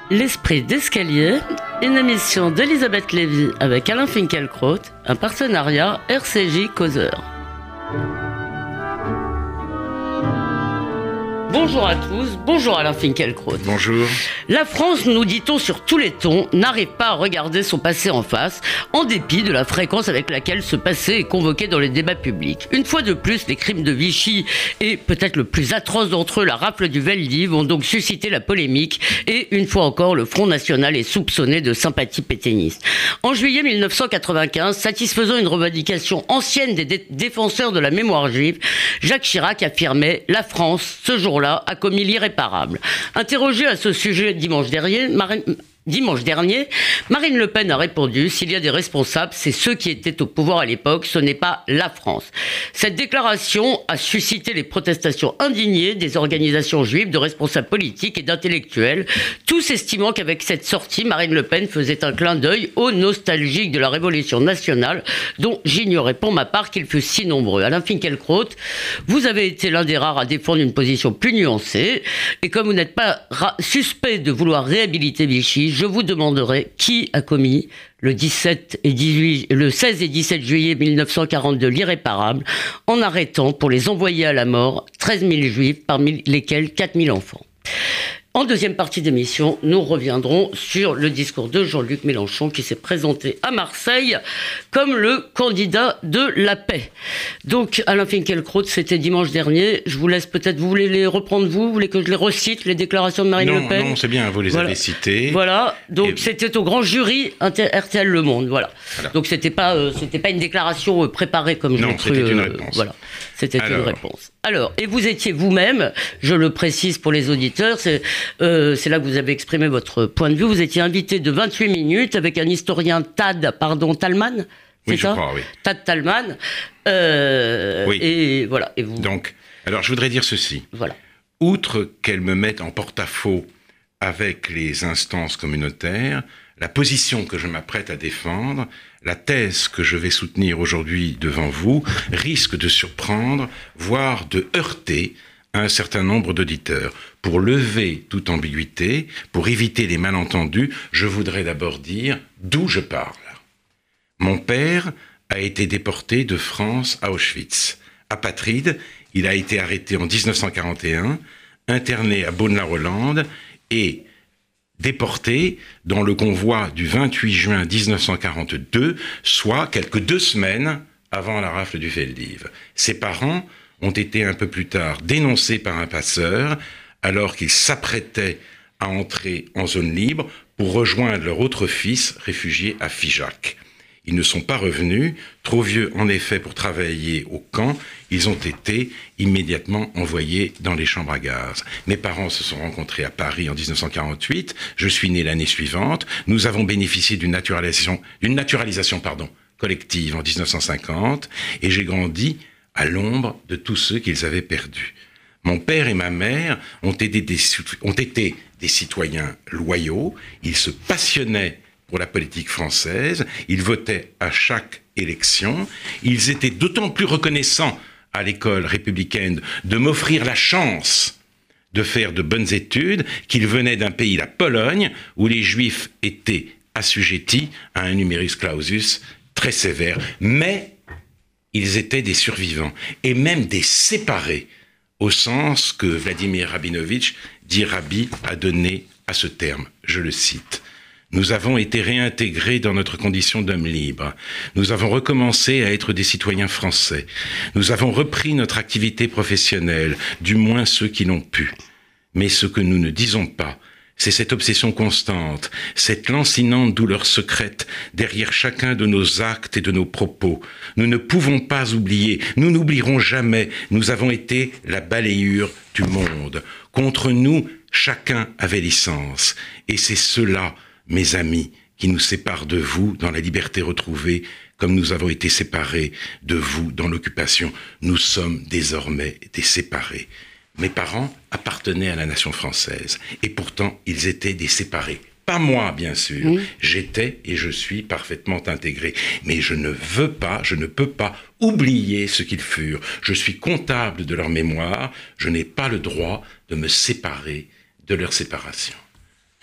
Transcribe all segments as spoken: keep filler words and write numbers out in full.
L'esprit d'escalier, une émission d'Elisabeth Lévy avec Alain Finkielkraut, un partenariat R C J Causeur. Bonjour à tous, bonjour Alain Finkielkraut. Bonjour. La France, nous dit-on sur tous les tons, n'arrive pas à regarder son passé en face, en dépit de la fréquence avec laquelle ce passé est convoqué dans les débats publics. Une fois de plus, les crimes de Vichy et peut-être le plus atroce d'entre eux, la rafle du Veldiv, vont donc susciter la polémique et une fois encore, le Front National est soupçonné de sympathie pétainiste. En juillet mille neuf cent quatre-vingt-quinze, satisfaisant une revendication ancienne des dé- défenseurs de la mémoire juive, Jacques Chirac affirmait « La France, ce jour-là, a commis l'irréparable ». Interrogé à ce sujet dimanche dernier, Marine... Dimanche dernier, Marine Le Pen a répondu « S'il y a des responsables, c'est ceux qui étaient au pouvoir à l'époque, ce n'est pas la France ». Cette déclaration a suscité les protestations indignées des organisations juives, de responsables politiques et d'intellectuels, tous estimant qu'avec cette sortie, Marine Le Pen faisait un clin d'œil aux nostalgiques de la Révolution nationale, dont j'ignorais pour ma part qu'ils fussent si nombreux. Alain Finkielkraut, vous avez été l'un des rares à défendre une position plus nuancée, et comme vous n'êtes pas ra- suspect de vouloir réhabiliter Vichy, je vous demanderai qui a commis le, dix-sept et dix-huit, le seize et dix-sept juillet mille neuf cent quarante-deux l'irréparable, en arrêtant pour les envoyer à la mort treize mille juifs, parmi lesquels quatre mille enfants. En deuxième partie d'émission, nous reviendrons sur le discours de Jean-Luc Mélenchon qui s'est présenté à Marseille comme le candidat de la paix. Donc, Alain Finkielkraut, c'était dimanche dernier. Je vous laisse peut-être, vous voulez les reprendre vous, vous voulez que je les recite, les déclarations de Marine non, Le Pen? Non, c'est bien, vous les voilà. avez citées. Voilà, donc Et... c'était au grand jury R T L Le Monde, voilà. voilà. Donc c'était pas, euh, c'était pas une déclaration euh, préparée comme je l'ai cru. Non, c'était une euh, réponse. Voilà, c'était Alors... une réponse. Alors, et vous étiez vous-même, je le précise pour les auditeurs, c'est, euh, c'est là que vous avez exprimé votre point de vue, vous étiez invité de vingt-huit minutes avec un historien Tad, pardon, Talman, c'est oui, ça je crois, oui. Tad Talman, euh, oui. et voilà. Et vous... Donc, alors je voudrais dire ceci. Voilà. Outre qu'elle me mette en porte-à-faux avec les instances communautaires, la position que je m'apprête à défendre, la thèse que je vais soutenir aujourd'hui devant vous, risque de surprendre, voire de heurter un certain nombre d'auditeurs. Pour lever toute ambiguïté, pour éviter les malentendus, je voudrais d'abord dire d'où je parle. Mon père a été déporté de France à Auschwitz. Apatride, il a été arrêté en dix-neuf cent quarante et un, interné à Beaune-la-Rolande et déporté dans le convoi du vingt-huit juin dix-neuf cent quarante-deux, soit quelques deux semaines avant la rafle du Veldiv. Ses parents ont été un peu plus tard dénoncés par un passeur alors qu'ils s'apprêtaient à entrer en zone libre pour rejoindre leur autre fils réfugié à Figeac. Ils ne sont pas revenus, trop vieux en effet pour travailler au camp, ils ont été immédiatement envoyés dans les chambres à gaz. Mes parents se sont rencontrés à Paris en dix-neuf cent quarante-huit, je suis né l'année suivante, nous avons bénéficié d'une naturalisation, d'une naturalisation pardon, collective en dix-neuf cent cinquante, et j'ai grandi à l'ombre de tous ceux qu'ils avaient perdus. Mon père et ma mère ont été des, ont été des citoyens loyaux, ils se passionnaient pour la politique française, ils votaient à chaque élection, ils étaient d'autant plus reconnaissants à l'école républicaine de m'offrir la chance de faire de bonnes études qu'ils venaient d'un pays, la Pologne, où les Juifs étaient assujettis à un numerus clausus très sévère, mais ils étaient des survivants et même des séparés, au sens que Vladimir Rabinovitch, dit Rabbi, a donné à ce terme. Je le cite. Nous avons été réintégrés dans notre condition d'hommes libres. Nous avons recommencé à être des citoyens français. Nous avons repris notre activité professionnelle, du moins ceux qui l'ont pu. Mais ce que nous ne disons pas, c'est cette obsession constante, cette lancinante douleur secrète derrière chacun de nos actes et de nos propos. Nous ne pouvons pas oublier, nous n'oublierons jamais, nous avons été la balayure du monde. Contre nous, chacun avait licence. Et c'est cela, mes amis, qui nous séparent de vous dans la liberté retrouvée, comme nous avons été séparés de vous dans l'occupation. Nous sommes désormais des séparés. Mes parents appartenaient à la nation française, et pourtant ils étaient des séparés. Pas moi, bien sûr. Mmh. J'étais et je suis parfaitement intégré. Mais je ne veux pas, je ne peux pas oublier ce qu'ils furent. Je suis comptable de leur mémoire. Je n'ai pas le droit de me séparer de leur séparation.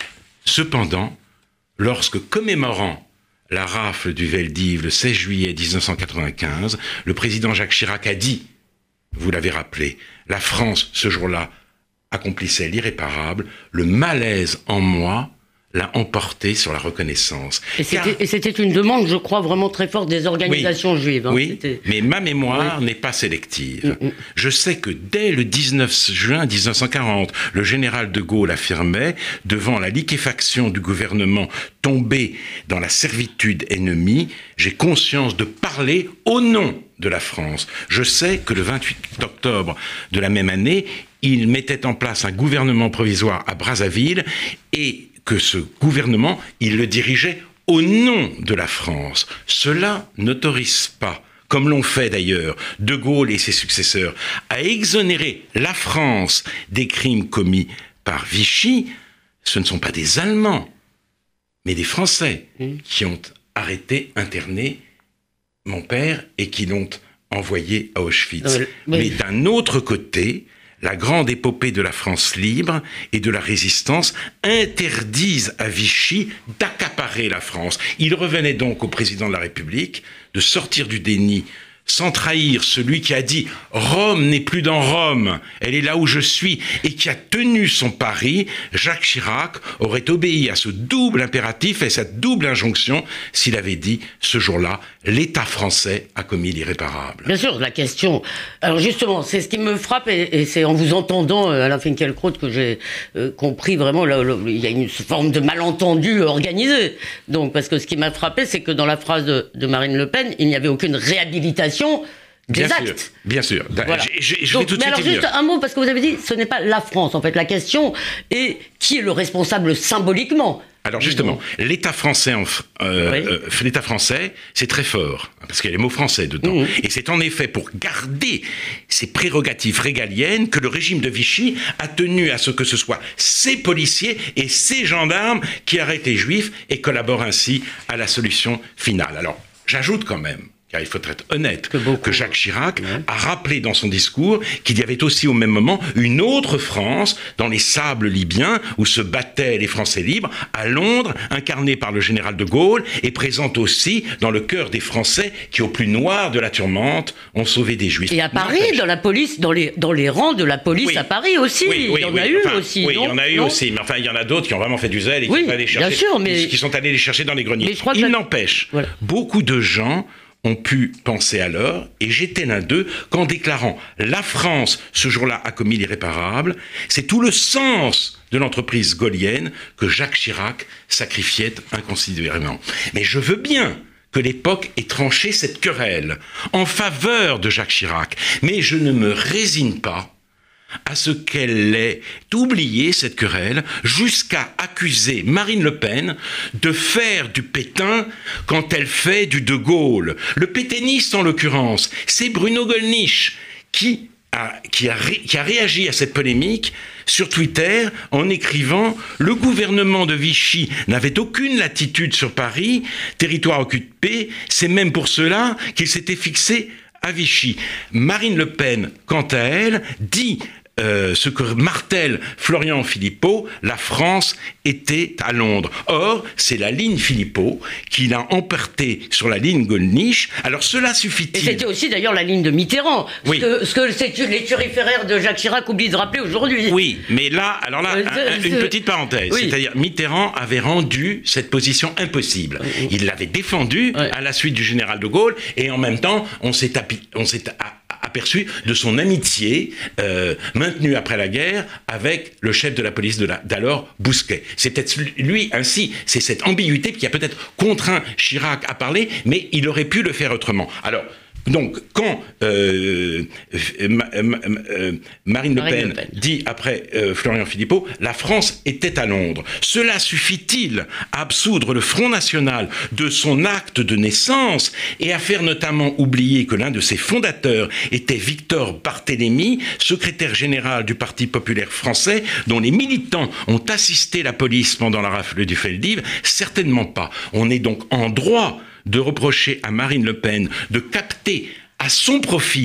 Cependant, lorsque, commémorant la rafle du Veldiv le seize juillet dix-neuf cent quatre-vingt-quinze, le président Jacques Chirac a dit, vous l'avez rappelé, la France, ce jour-là, accomplissait l'irréparable, le malaise en moi l'a emporté sur la reconnaissance. Et c'était, Car... et c'était une demande, je crois, vraiment très forte des organisations oui, juives. Hein. Oui, c'était... mais ma mémoire oui. n'est pas sélective. Mm-mm. Je sais que dès le dix-neuf juin dix-neuf cent quarante, le général de Gaulle affirmait, devant la liquéfaction du gouvernement tombé dans la servitude ennemie, j'ai conscience de parler au nom de la France. Je sais que le vingt-huit octobre de la même année, il mettait en place un gouvernement provisoire à Brazzaville et que ce gouvernement, il le dirigeait au nom de la France. Cela n'autorise pas, comme l'ont fait d'ailleurs De Gaulle et ses successeurs, à exonérer la France des crimes commis par Vichy. Ce ne sont pas des Allemands, mais des Français mmh. qui ont arrêté, interné mon père et qui l'ont envoyé à Auschwitz. Euh, oui. Mais d'un autre côté, la grande épopée de la France libre et de la résistance interdisent à Vichy d'accaparer la France. Il revenait donc au président de la République de sortir du déni sans trahir celui qui a dit « Rome n'est plus dans Rome, elle est là où je suis » et qui a tenu son pari. Jacques Chirac aurait obéi à ce double impératif et cette double injonction s'il avait dit ce jour-là « l'État français a commis l'irréparable ». Bien sûr, la question... Alors justement, c'est ce qui me frappe et, et c'est en vous entendant, euh, Alain Finkielkraut, que j'ai euh, compris vraiment, là, là, il y a une forme de malentendu organisé. Donc, parce que ce qui m'a frappé, c'est que dans la phrase de, de Marine Le Pen, il n'y avait aucune réhabilitation des bien actes. Sûr, bien sûr. Voilà. Je, je, je Donc, vais tout de mais suite alors juste dire. un mot, parce que vous avez dit, ce n'est pas la France, en fait. La question est qui est le responsable symboliquement. Alors justement, l'État français, euh, oui. euh, l'État français, c'est très fort, parce qu'il y a les mots français dedans. Mmh. Et c'est en effet pour garder ces prérogatives régaliennes que le régime de Vichy a tenu à ce que ce soit ces policiers et ces gendarmes qui arrêtent les juifs et collaborent ainsi à la solution finale. Alors, j'ajoute quand même, car il faut être honnête, que, que Jacques Chirac ouais. a rappelé dans son discours qu'il y avait aussi au même moment une autre France dans les sables libyens où se battaient les Français libres, à Londres, incarnée par le général de Gaulle, et présente aussi dans le cœur des Français qui, au plus noir de la tourmente, ont sauvé des Juifs. Et à Paris, dans la police, dans les, dans les rangs de la police oui. à Paris aussi, oui, oui, il y en oui, a eu enfin, aussi. Oui, non il y en a eu non aussi, mais enfin, il y en a d'autres qui ont vraiment fait du zèle et qui, oui, sont, allés chercher, bien sûr, mais... qui sont allés les chercher dans les greniers. Il que... n'empêche, voilà. beaucoup de gens ont pu penser alors, et j'étais l'un d'eux, qu'en déclarant « La France, ce jour-là, a commis l'irréparable », c'est tout le sens de l'entreprise gaullienne que Jacques Chirac sacrifiait inconsidérément. Mais je veux bien que l'époque ait tranché cette querelle en faveur de Jacques Chirac, mais je ne me résigne pas à ce qu'elle ait oublié cette querelle jusqu'à accuser Marine Le Pen de faire du Pétain quand elle fait du De Gaulle. Le pétainiste, en l'occurrence, c'est Bruno Gollnisch qui a, qui, a ré, qui a réagi à cette polémique sur Twitter en écrivant « Le gouvernement de Vichy n'avait aucune latitude sur Paris, territoire occupé, c'est même pour cela qu'il s'était fixé à Vichy ». Marine Le Pen, quant à elle, dit euh, ce que martèle Florian Philippot, la France était à Londres. Or, c'est la ligne Philippot qui l'a emporté sur la ligne Gollnisch. Alors cela suffit-il? Et c'était aussi d'ailleurs la ligne de Mitterrand, oui. ce que, ce que c'est, les turiféraires de Jacques Chirac oublient de rappeler aujourd'hui. Oui, mais là, alors là, euh, un, une petite parenthèse, oui. c'est-à-dire Mitterrand avait rendu cette position impossible. Oui. Il l'avait défendue oui. à la suite du général de Gaulle, et en même temps, on s'est, api- on s'est a- aperçu de son amitié euh, maintenue après la guerre avec le chef de la police de la, d'alors, Bousquet. C'est peut-être lui ainsi, c'est cette ambiguïté qui a peut-être contraint Chirac à parler, mais il aurait pu le faire autrement. Alors, donc, quand euh, ma, ma, euh, Marine, Le, Marine Pen Le Pen dit après euh, Florian Philippot, la France était à Londres, cela suffit-il à absoudre le Front National de son acte de naissance et à faire notamment oublier que l'un de ses fondateurs était Victor Barthélemy, secrétaire général du Parti populaire français, dont les militants ont assisté la police pendant la rafle du Veldiv? Certainement pas. On est donc en droit de reprocher à Marine Le Pen de capter à son profit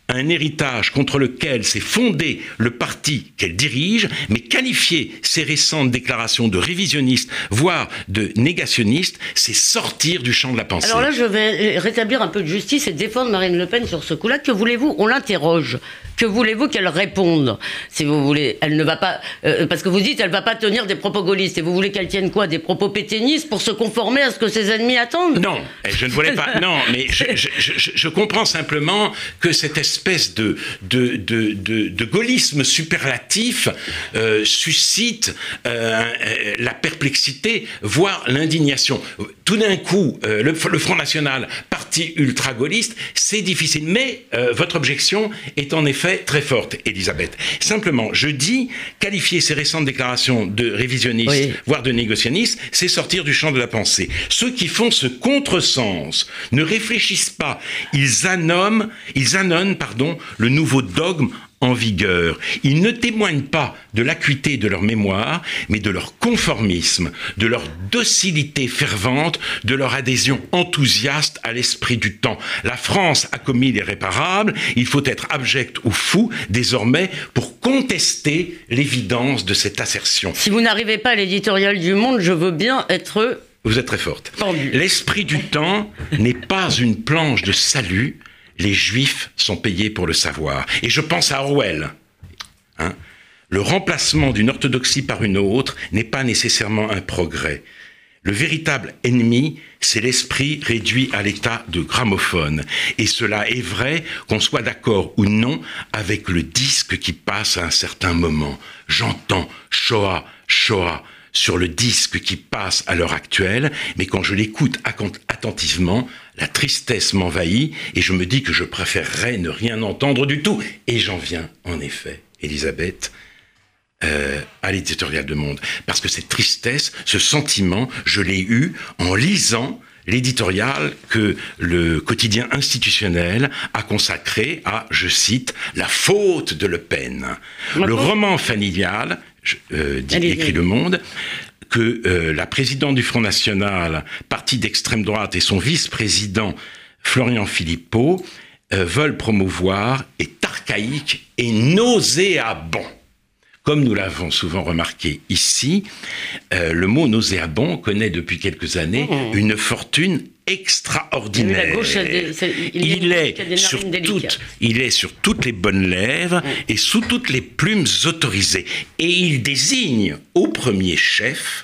un héritage contre lequel s'est fondé le parti qu'elle dirige, mais qualifier ces récentes déclarations de révisionnistes, voire de négationnistes, c'est sortir du champ de la pensée. Alors là, je vais rétablir un peu de justice et défendre Marine Le Pen sur ce coup-là. Que voulez-vous? On l'interroge. Que voulez-vous qu'elle réponde? Si vous voulez, elle ne va pas... Euh, parce que vous dites, elle ne va pas tenir des propos gaullistes. Et vous voulez qu'elle tienne quoi? Des propos pétainistes pour se conformer à ce que ses ennemis attendent? Non, je ne voulais pas... Non, mais je, je, je, je comprends simplement que cette espèce de, de, de, de, de gaullisme superlatif euh, suscite euh, la perplexité, voire l'indignation. Tout d'un coup, euh, le, le Front National, parti ultra-gaulliste, c'est difficile. Mais euh, votre objection est en effet très forte, Elisabeth. Simplement, je dis, qualifier ces récentes déclarations de révisionnistes, oui, voire de négationnistes, c'est sortir du champ de la pensée. Ceux qui font ce contresens ne réfléchissent pas. Ils annonnent, ils annonnent, pardon, le nouveau dogme en vigueur. Ils ne témoignent pas de l'acuité de leur mémoire, mais de leur conformisme, de leur docilité fervente, de leur adhésion enthousiaste à l'esprit du temps. La France a commis l'irréparable, il faut être abject ou fou désormais pour contester l'évidence de cette assertion. Si vous n'arrivez pas à l'éditorial du Monde, je veux bien être... Vous êtes très forte. Pendu. L'esprit du temps n'est pas une planche de salut. Les Juifs sont payés pour le savoir. Et je pense à Orwell. Hein ? Le remplacement d'une orthodoxie par une autre n'est pas nécessairement un progrès. Le véritable ennemi, c'est l'esprit réduit à l'état de gramophone. Et cela est vrai qu'on soit d'accord ou non avec le disque qui passe à un certain moment. J'entends Shoah, Shoah sur le disque qui passe à l'heure actuelle, mais quand je l'écoute attentivement, la tristesse m'envahit et je me dis que je préférerais ne rien entendre du tout. Et j'en viens, en effet, Elisabeth, euh, à l'éditorial de Monde. Parce que cette tristesse, ce sentiment, je l'ai eu en lisant l'éditorial que le quotidien institutionnel a consacré à, je cite, la faute de Le Pen. Le roman familial, euh, dit, écrit Le Monde, que euh, la présidente du Front National, parti d'extrême droite, et son vice-président Florian Philippot euh, veulent promouvoir est archaïque et nauséabond. Comme nous l'avons souvent remarqué ici, euh, le mot nauséabond connaît depuis quelques années mmh. une fortune extraordinaire. La gauche, il, il, il, est sur toutes, il est sur toutes les bonnes lèvres mmh. et sous toutes les plumes autorisées. Et il désigne au premier chef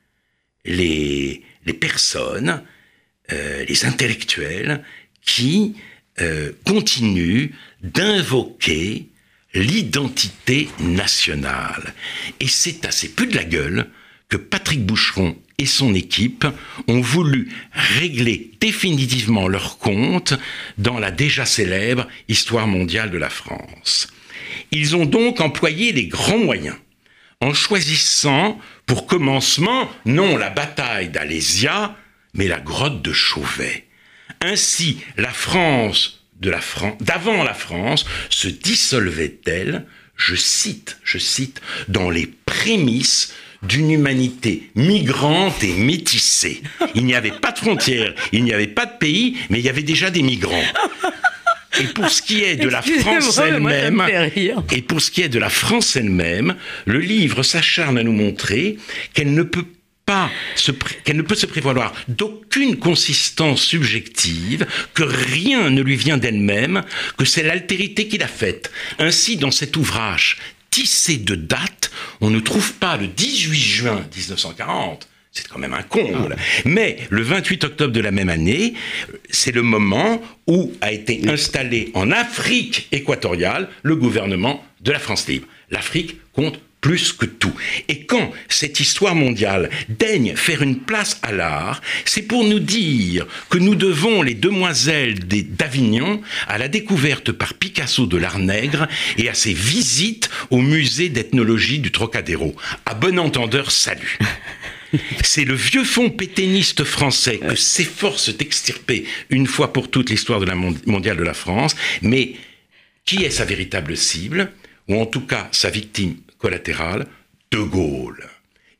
les, les personnes, euh, les intellectuels qui euh, continuent d'invoquer l'identité nationale. Et c'est à ses plus de la gueule que Patrick Boucheron et son équipe ont voulu régler définitivement leur compte dans la déjà célèbre Histoire mondiale de la France. Ils ont donc employé les grands moyens, en choisissant pour commencement non la bataille d'Alésia, mais la grotte de Chauvet. Ainsi, la France de la Fran- d'avant la France se dissolvait-elle, je cite, je cite, dans les prémices d'une humanité migrante et métissée. Il n'y avait pas de frontières, il n'y avait pas de pays, mais il y avait déjà des migrants. Et pour ce qui est de la France elle-même, et pour ce qui est de la France elle-même, le livre s'acharne à nous montrer qu'elle ne peut pas se pré- qu'elle ne peut se prévaloir d'aucune consistance subjective, que rien ne lui vient d'elle-même, que c'est l'altérité qui l'a faite. Ainsi, dans cet ouvrage tissé de dates, on ne trouve pas le dix-huit juin dix-neuf cent quarante, c'est quand même un comble, mais le vingt-huit octobre de la même année, c'est le moment où a été installé en Afrique équatoriale le gouvernement de la France libre. L'Afrique compte plus que tout. Et quand cette histoire mondiale daigne faire une place à l'art, c'est pour nous dire que nous devons les demoiselles d'Avignon à la découverte par Picasso de l'art nègre et à ses visites au musée d'ethnologie du Trocadéro. À bon entendeur, salut. C'est le vieux fond pétainiste français que s'efforce d'extirper une fois pour toutes l'histoire de la mondiale de la France, mais qui est sa véritable cible, ou en tout cas sa victime collatérale? De Gaulle.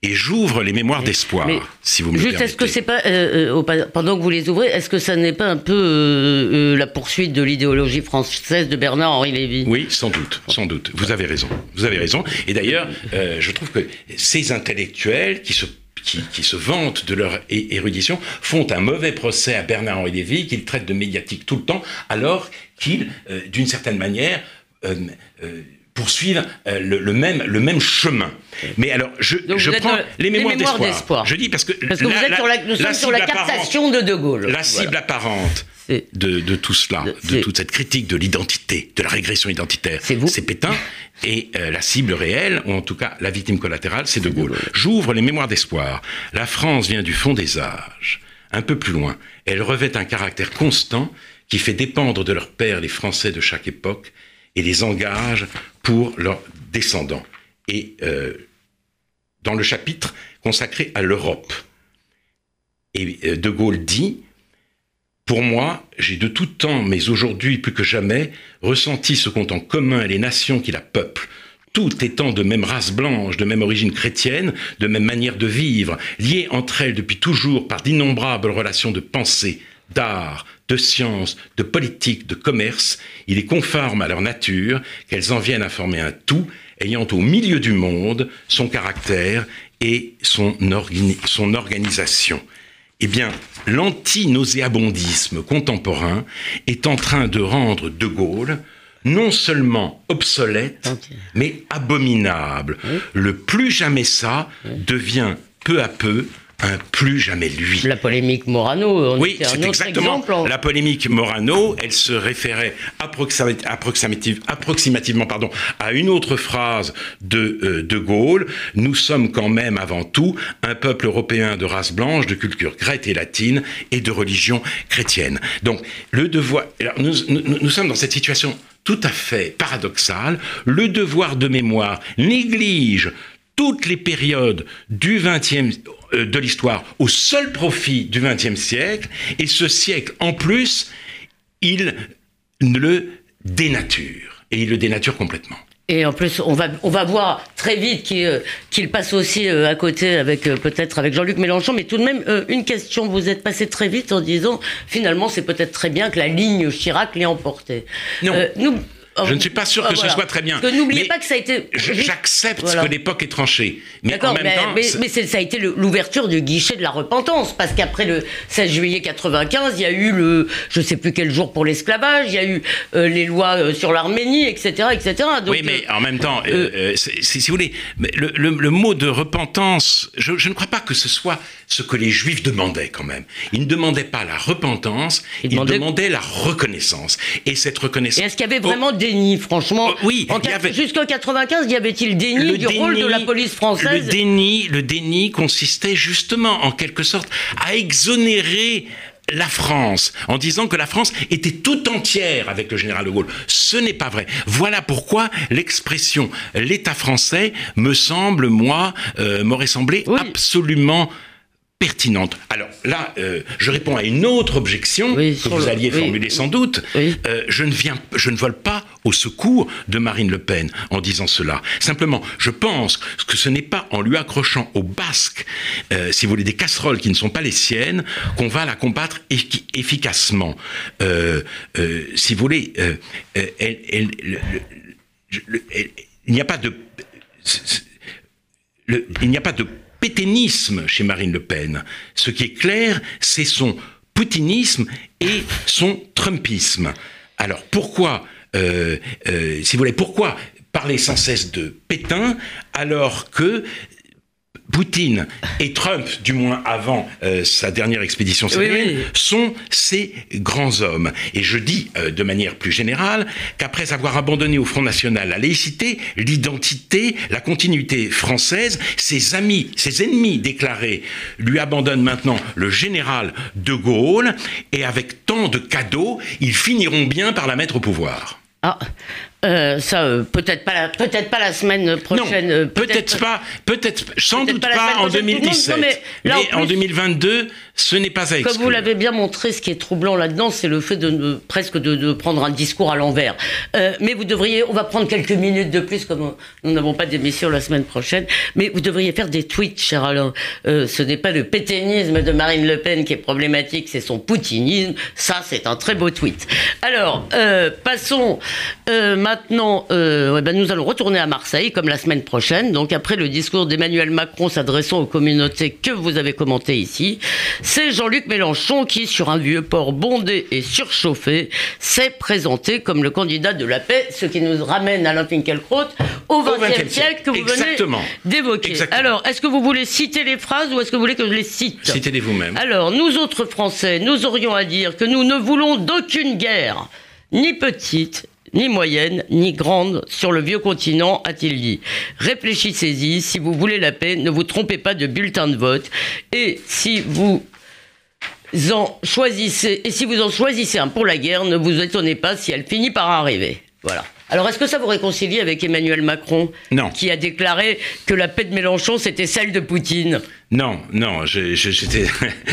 et j'ouvre les mémoires mais, d'espoir, mais si vous me juste, permettez. Est-ce que c'est pas, euh, euh, pendant que vous les ouvrez, est-ce que ça n'est pas un peu euh, euh, la poursuite de l'idéologie française de Bernard-Henri Lévy? Oui, sans doute, sans doute. Vous avez raison. Vous avez raison. Et d'ailleurs, euh, je trouve que ces intellectuels qui se Qui, qui se vantent de leur é- érudition, font un mauvais procès à Bernard-Henri Lévy, qu'ils traitent de médiatique tout le temps, alors qu'ils, euh, d'une certaine manière, euh, euh, poursuivent euh, le, le, même, le même chemin. Mais alors, je, je prends les mémoires, les mémoires d'espoir. d'espoir. Je dis parce que, parce que la, vous êtes la, sur la, nous la sommes sur la captation de De Gaulle. La cible voilà. apparente de, de tout cela, de, de toute cette critique de l'identité, de la régression identitaire, c'est Pétain. Et euh, la cible réelle, ou en tout cas la victime collatérale, c'est De Gaulle. De Gaulle. J'ouvre les mémoires d'espoir. La France vient du fond des âges. Un peu plus loin, elle revêt un caractère constant qui fait dépendre de leurs pères les Français de chaque époque et les engage pour leurs descendants. Et euh, dans le chapitre consacré à l'Europe, et euh, De Gaulle dit: pour moi, j'ai de tout temps, mais aujourd'hui plus que jamais, ressenti ce qu'ont en commun les nations qui la peuplent, toutes étant de même race blanche, de même origine chrétienne, de même manière de vivre, liées entre elles depuis toujours par d'innombrables relations de pensée, d'art, de science, de politique, de commerce. Il est conforme à leur nature qu'elles en viennent à former un tout, ayant au milieu du monde son caractère et son, organi- son organisation. Eh bien, l'anti-nauséabondisme contemporain est en train de rendre De Gaulle non seulement obsolète, okay. mais abominable. Oui. Le plus jamais ça oui. devient peu à peu un plus jamais lui. La polémique Morano, on oui, c'est exactement exemple. La polémique Morano, elle se référait approximative, approximative, approximativement pardon, à une autre phrase de euh, De Gaulle: nous sommes quand même avant tout un peuple européen de race blanche, de culture grecque et latine et de religion chrétienne. Donc, le devoir, alors, nous, nous, nous sommes dans cette situation tout à fait paradoxale. Le devoir de mémoire néglige toutes les périodes du vingtième euh, de l'histoire au seul profit du vingtième siècle, et ce siècle, en plus, il le dénature, et il le dénature complètement. Et en plus, on va, on va voir très vite qu'il, euh, qu'il passe aussi euh, à côté avec euh, peut-être avec Jean-Luc Mélenchon, mais tout de même, euh, une question, vous êtes passé très vite en disant, finalement, c'est peut-être très bien que la ligne Chirac l'ait emporté. Non. Euh, nous, Je ne suis pas sûr que ah, voilà. ce soit très bien. Parce que n'oubliez mais pas que ça a été... J'accepte voilà. que l'époque est tranchée. Mais D'accord, en même mais, temps... mais, mais c'est, ça a été le, l'ouverture du guichet de la repentance. Parce qu'après le seize juillet quatre-vingt-quinze, il y a eu le... Je ne sais plus quel jour pour l'esclavage, il y a eu euh, les lois euh, sur l'Arménie, et cetera, et cetera. Donc, oui, mais en même temps, euh, euh, c'est, c'est, si vous voulez, le, le, le mot de repentance, je, je ne crois pas que ce soit ce que les Juifs demandaient quand même. Ils ne demandaient pas la repentance, ils, ils demandaient... demandaient la reconnaissance. Et cette reconnaissance... Et est-ce qu'il y avait vraiment oh, déni, franchement? Oh, oui, en avait... Jusqu'en quatre-vingt-quinze, y avait-il déni le du déni, rôle de la police française? Le déni, le déni consistait justement, en quelque sorte, à exonérer la France, en disant que la France était tout entière avec le général de Gaulle. Ce n'est pas vrai. Voilà pourquoi l'expression « l'État français » me semble, moi, euh, m'aurait semblé oui. absolument pertinente. Alors là, euh, je réponds à une autre objection oui, que vous le... alliez oui. formuler sans doute. Oui. Euh, je ne viens, je ne vole pas au secours de Marine Le Pen en disant cela. Simplement, je pense que ce n'est pas en lui accrochant au basque, euh, si vous voulez, des casseroles qui ne sont pas les siennes, qu'on va la combattre effi- efficacement. Euh, euh, si vous voulez, euh, elle, elle, le, le, le, elle, il n'y a pas de, le, il n'y a pas de pétainisme chez Marine Le Pen. Ce qui est clair, c'est son poutinisme et son trumpisme. Alors pourquoi, euh, euh, si vous voulez, pourquoi parler sans cesse de Pétain alors que Poutine et Trump, du moins avant euh, sa dernière expédition syrienne, oui, oui. sont ces grands hommes. Et je dis euh, de manière plus générale qu'après avoir abandonné au Front National la laïcité, l'identité, la continuité française, ses amis, ses ennemis déclarés lui abandonnent maintenant le général de Gaulle, et avec tant de cadeaux, ils finiront bien par la mettre au pouvoir. Ah, euh, ça, euh, peut-être pas, la, peut-être pas la semaine prochaine. Non, euh, peut-être pas, peut-être, sans peut-être doute pas la pas, semaine en prochaine, deux mille dix-sept. non, mais là, mais en en, plus, deux mille vingt-deux, ce n'est pas à exclure. Comme vous l'avez bien montré, ce qui est troublant là-dedans, c'est le fait de, de presque de, de prendre un discours à l'envers. Euh, mais vous devriez, on va prendre quelques minutes de plus, comme nous n'avons pas d'émission la semaine prochaine, mais vous devriez faire des tweets, cher Alain. Euh, ce n'est pas le pétainisme de Marine Le Pen qui est problématique, c'est son poutinisme. Ça, c'est un très beau tweet. Alors, euh, passons euh, maintenant, euh, ouais, ben nous allons retourner à Marseille, comme la semaine prochaine. Donc, après le discours d'Emmanuel Macron s'adressant aux communautés que vous avez commenté ici, c'est Jean-Luc Mélenchon qui, sur un vieux port bondé et surchauffé, s'est présenté comme le candidat de la paix, ce qui nous ramène, Alain Finkielkraut, au vingtième siècle que vous Exactement. venez d'évoquer. Exactement. Alors, est-ce que vous voulez citer les phrases ou est-ce que vous voulez que je les cite ? Citez-les vous-même. Alors, nous autres Français, nous aurions à dire que nous ne voulons d'aucune guerre, ni petite, ni moyenne, ni grande, sur le vieux continent, a-t-il dit. Réfléchissez-y, si vous voulez la paix, ne vous trompez pas de bulletin de vote. Et si vous en choisissez, et si vous en choisissez un pour la guerre, ne vous étonnez pas si elle finit par arriver. Voilà. Alors, est-ce que ça vous réconcilie avec Emmanuel Macron ? Non. Qui a déclaré que la paix de Mélenchon, c'était celle de Poutine ? Non, non, je, je, j'étais...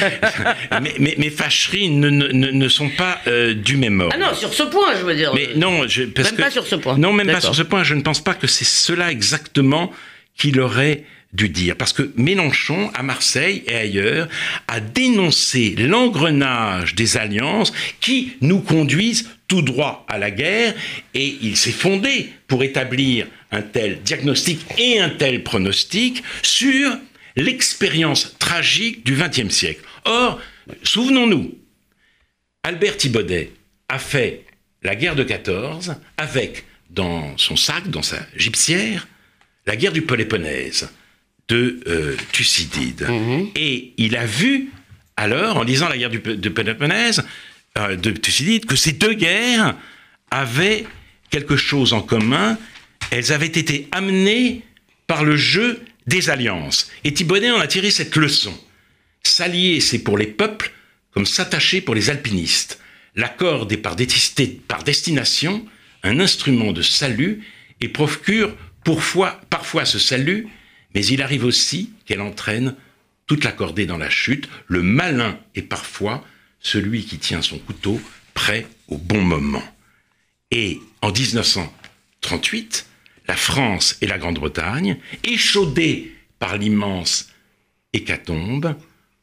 mais, mais, mes fâcheries ne, ne, ne sont pas euh, du même ordre. Ah non, sur ce point, je veux dire. Mais non, je, parce même que, pas sur ce point. Non, même D'accord. pas sur ce point. Je ne pense pas que c'est cela exactement qu'il aurait dû dire. Parce que Mélenchon, à Marseille et ailleurs, a dénoncé l'engrenage des alliances qui nous conduisent tout droit à la guerre, et il s'est fondé pour établir un tel diagnostic et un tel pronostic sur l'expérience tragique du vingtième siècle. Or, souvenons-nous, Albert Thibaudet a fait la guerre de quatorze avec, dans son sac, dans sa gibecière, la guerre du Péloponnèse de euh, Thucydide. Mmh. Et il a vu, alors, en lisant la guerre du, de Péloponnèse, euh, de Thucydide, que ces deux guerres avaient quelque chose en commun. Elles avaient été amenées par le jeu des alliances. Et Thibaudet en a tiré cette leçon. S'allier, c'est pour les peuples, comme s'attacher pour les alpinistes. L'accord est par, par destination un instrument de salut et procure parfois, parfois ce salut, mais il arrive aussi qu'elle entraîne toute la cordée dans la chute. Le malin est parfois celui qui tient son couteau prêt au bon moment. Et en dix-neuf cent trente-huit, la France et la Grande-Bretagne, échaudées par l'immense hécatombe,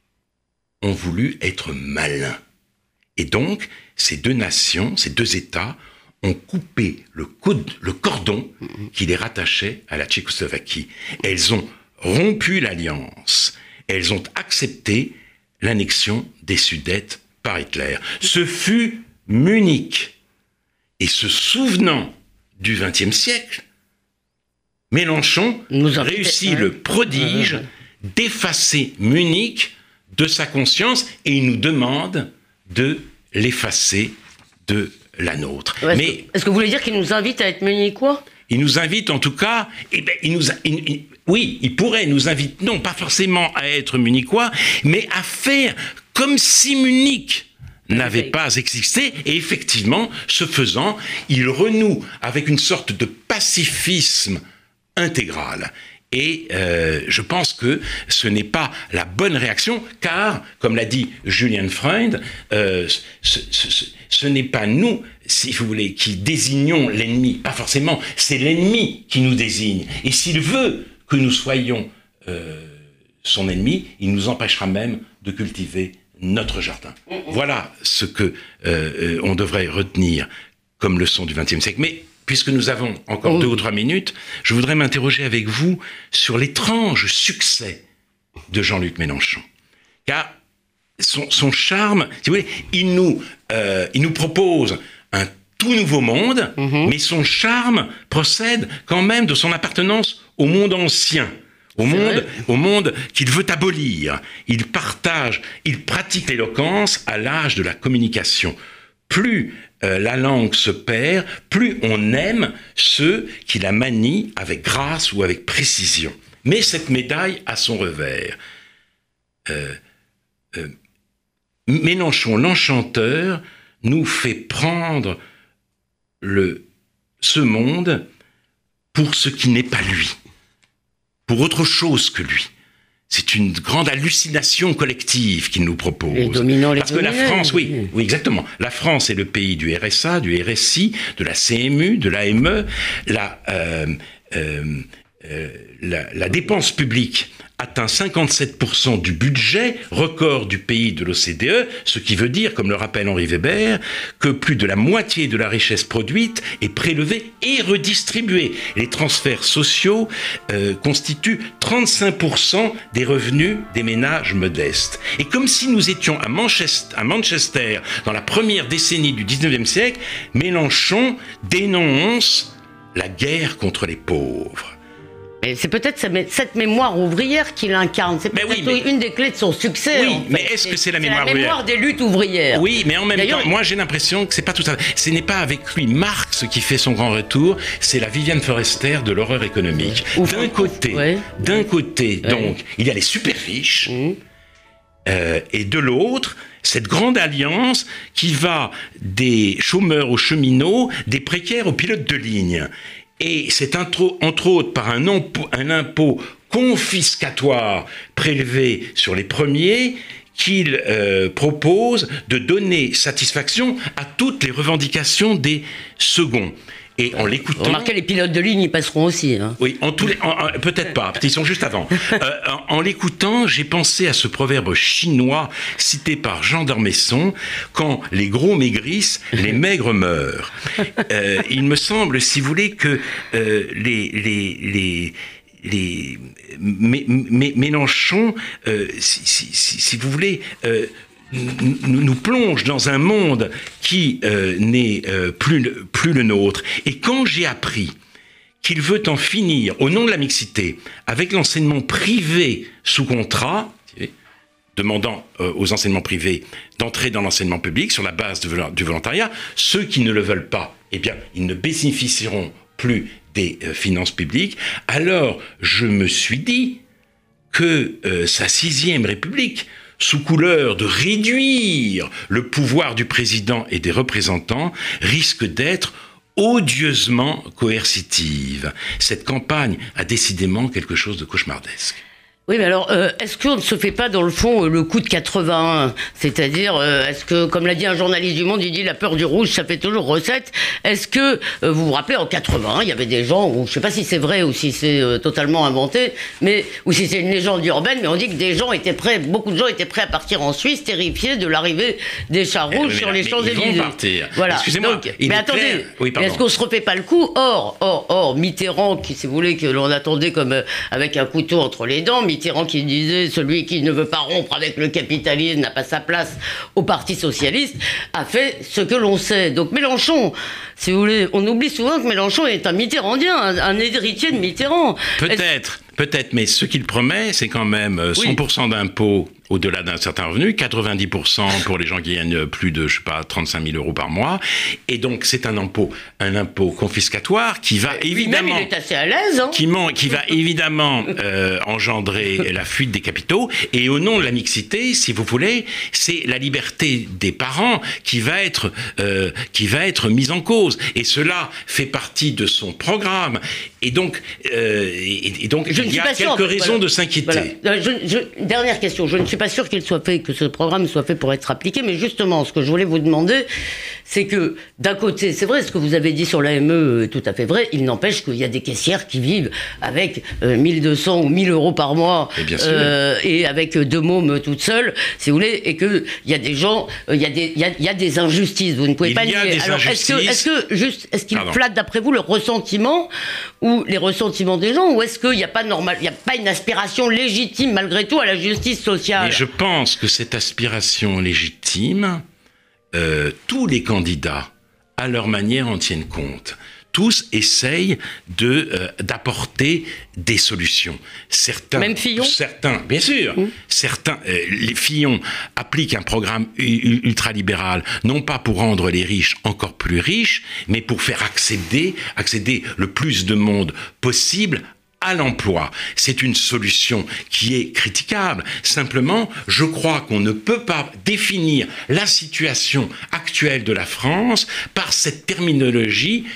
ont voulu être malins. Et donc, ces deux nations, ces deux États, ont coupé le, coude, le cordon qui les rattachait à la Tchécoslovaquie. Elles ont rompu l'alliance. Elles ont accepté l'annexion des Sudètes par Hitler. Ce fut Munich. Et se souvenant du vingtième siècle, Mélenchon réussit le prodige d'effacer Munich de sa conscience, et il nous demande de l'effacer de la nôtre. Ouais, est-ce Mais que, est-ce que vous voulez dire qu'il nous invite à être munichois ? Il nous invite en tout cas, eh ben, il nous, il, il, oui, il pourrait nous inviter, non pas forcément à être munichois, mais à faire comme si Munich n'avait pas existé, et effectivement, ce faisant, il renoue avec une sorte de pacifisme intégral. Et euh, je pense que ce n'est pas la bonne réaction, car, comme l'a dit Julian Freund, euh, ce, ce, ce n'est pas nous, si vous voulez, qui désignons l'ennemi, pas forcément, c'est l'ennemi qui nous désigne. Et s'il veut que nous soyons euh, son ennemi, il nous empêchera même de cultiver notre jardin. Voilà ce que euh, on devrait retenir comme leçon du vingtième siècle. Mais puisque nous avons encore oh. deux ou trois minutes, je voudrais m'interroger avec vous sur l'étrange succès de Jean-Luc Mélenchon. Car son, son charme, si vous voulez, il nous, euh, il nous propose un tout nouveau monde, mm-hmm. mais son charme procède quand même de son appartenance au monde ancien. Au monde, au monde qu'il veut abolir. Il partage, il pratique l'éloquence à l'âge de la communication. Plus euh, la langue se perd, plus on aime ceux qui la manient avec grâce ou avec précision. Mais cette médaille a son revers. Euh, euh, Mélenchon, l'enchanteur, nous fait prendre le ce monde pour ce qui n'est pas lui, pour autre chose que lui. C'est une grande hallucination collective qu'il nous propose. Les dominants, les Parce que la France, oui, oui, exactement. La France est le pays du R S A, du R S I, de la C M U, de l'A M E. La, euh, euh, euh, la, la dépense publique atteint cinquante-sept pour cent du budget, record du pays de l'O C D E, ce qui veut dire, comme le rappelle Henri Weber, que plus de la moitié de la richesse produite est prélevée et redistribuée. Les transferts sociaux euh, constituent trente-cinq pour cent des revenus des ménages modestes. Et comme si nous étions à Manchester, à Manchester dans la première décennie du dix-neuvième siècle, Mélenchon dénonce la guerre contre les pauvres. Mais c'est peut-être cette mémoire ouvrière qu'il incarne. C'est peut-être oui, mais... une des clés de son succès. Oui, en fait. mais est-ce que c'est la mémoire ouvrière ? C'est la mémoire des luttes ouvrières. Oui, mais en même temps, moi j'ai l'impression que c'est pas tout ça. Ce n'est pas avec lui Marx qui fait son grand retour, c'est la Viviane Forester de l'horreur économique. Ouf, d'un côté, ouais. d'un côté, ouais. donc, il y a les super riches, mmh. euh, et de l'autre, cette grande alliance qui va des chômeurs aux cheminots, des précaires aux pilotes de ligne. Et c'est entre autres par un impôt, un impôt confiscatoire prélevé sur les premiers qu'il euh, propose de donner satisfaction à toutes les revendications des seconds. Et en l'écoutant... Remarquez, les pilotes de ligne, ils passeront aussi. Hein. Oui, en tous les, en, en, peut-être pas, ils sont juste avant. Euh, en, en l'écoutant, j'ai pensé à ce proverbe chinois cité par Jean d'Ormesson, quand les gros maigrissent, les maigres meurent. Euh, il me semble, si vous voulez, que euh, les... les, les les Mé, Mé, Mélenchon, euh, si, si, si, si vous voulez, euh, nous, nous plonge dans un monde qui euh, n'est euh, plus, plus le nôtre. Et quand j'ai appris qu'il veut en finir, au nom de la mixité, avec l'enseignement privé sous contrat, demandant euh, aux enseignements privés d'entrer dans l'enseignement public sur la base de, du volontariat, ceux qui ne le veulent pas, eh bien, ils ne bénéficieront plus des euh, finances publiques. Alors, je me suis dit que euh, sa sixième République, sous couleur de réduire le pouvoir du président et des représentants, risque d'être odieusement coercitive. Cette campagne a décidément quelque chose de cauchemardesque. Oui, mais alors, euh, est-ce qu'on ne se fait pas, dans le fond, euh, le coup de quatre-vingt-un ? C'est-à-dire, euh, est-ce que, comme l'a dit un journaliste du Monde, il dit « la peur du rouge, ça fait toujours recette ». Est-ce que, euh, vous vous rappelez, en quatre-vingt-un, il y avait des gens, ou je ne sais pas si c'est vrai ou si c'est euh, totalement inventé, mais ou si c'est une légende urbaine, mais on dit que des gens étaient prêts, beaucoup de gens étaient prêts à partir en Suisse, terrifiés de l'arrivée des chars rouges sur les Champs-Élysées. Ils vont partir. Voilà. Excusez-moi. Donc, mais attendez, oui, est-ce qu'on ne se refait pas le coup ? Or, or, or, Mitterrand, qui, si vous voulez, que l'on attendait comme euh, avec un couteau entre les dents, Mitterrand qui disait « celui qui ne veut pas rompre avec le capitalisme n'a pas sa place au Parti socialiste », a fait ce que l'on sait. Donc Mélenchon, si vous voulez, on oublie souvent que Mélenchon est un mitterrandien, un, un héritier de Mitterrand. Peut-être, peut-être, mais ce qu'il promet, c'est quand même cent pour cent oui. d'impôts au-delà d'un certain revenu, quatre-vingt-dix pour cent pour les gens qui gagnent plus de, je sais pas, trente-cinq mille euros par mois. Et donc, c'est un impôt, un impôt confiscatoire qui va et évidemment... Même il est assez à l'aise, hein. Qui, qui va évidemment euh, engendrer la fuite des capitaux. Et au nom de la mixité, si vous voulez, c'est la liberté des parents qui va être, euh, qui va être mise en cause. Et cela fait partie de son programme. Et donc, euh, et, et donc je il y a quelques sûr, raisons voilà. de s'inquiéter. Voilà. Je, je, dernière question. Je ne suis pas sûr qu'il soit fait, que ce programme soit fait pour être appliqué, mais justement, ce que je voulais vous demander, c'est que, d'un côté, c'est vrai, ce que vous avez dit sur l'A M E est tout à fait vrai, il n'empêche qu'il y a des caissières qui vivent avec euh, mille deux cents ou mille euros par mois, et, bien euh, et avec deux mômes toutes seules, si vous voulez, et qu'il y a des gens, il euh, y, y, a, y a des injustices, vous ne pouvez il pas nier. Alors, est-ce que, est-ce que, juste, est-ce qu'il flatte, d'après vous, le ressentiment, ou les ressentiments des gens, ou est-ce qu'il n'y a pas normal, il n'y a pas une aspiration légitime, malgré tout, à la justice sociale ? Mais je pense que cette aspiration légitime, euh, tous les candidats, à leur manière, en tiennent compte. Tous essayent de, euh, d'apporter des solutions. Certains, Même Fillon ? Certains, bien sûr. Mmh. Certains, euh, les Fillon appliquent un programme u- ultralibéral, non pas pour rendre les riches encore plus riches, mais pour faire accéder, accéder le plus de monde possible à l'emploi. C'est une solution qui est critiquable. Simplement, je crois qu'on ne peut pas définir la situation actuelle de la France par cette terminologie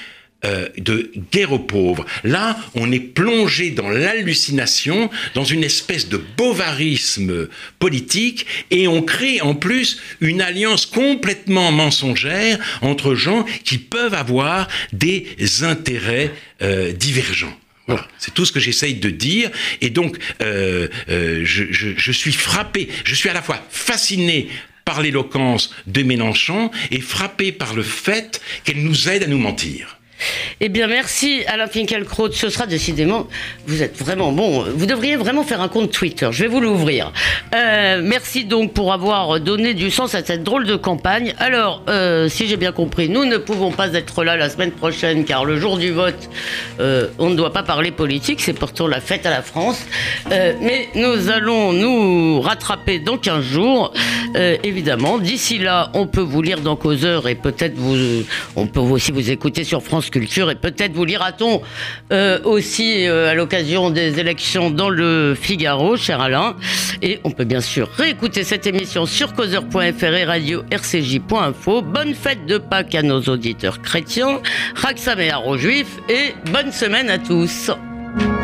euh, de guerre aux pauvres. Là, on est plongé dans l'hallucination, dans une espèce de bovarisme politique, et on crée en plus une alliance complètement mensongère entre gens qui peuvent avoir des intérêts euh, divergents. Voilà, c'est tout ce que j'essaye de dire. Et donc, euh, euh, je, je, je suis frappé, je suis à la fois fasciné par l'éloquence de Mélenchon et frappé par le fait qu'elle nous aide à nous mentir. Eh bien, merci Alain Finkielkraut. Ce sera décidément... Vous êtes vraiment bon. Vous devriez vraiment faire un compte Twitter. Je vais vous l'ouvrir. Euh, merci donc pour avoir donné du sens à cette drôle de campagne. Alors, euh, si j'ai bien compris, nous ne pouvons pas être là la semaine prochaine, car le jour du vote, euh, on ne doit pas parler politique. C'est pourtant la fête à la France. Euh, mais nous allons nous rattraper dans quinze jours, euh, évidemment. D'ici là, on peut vous lire dans Causeur et peut-être vous... On peut aussi vous écouter sur France Culture et peut-être vous lira-t-on euh, aussi euh, à l'occasion des élections dans le Figaro, cher Alain. Et on peut bien sûr réécouter cette émission sur causeur point f r et radio r c j point info. Bonne fête de Pâques à nos auditeurs chrétiens, Chag Sameach aux juifs et bonne semaine à tous.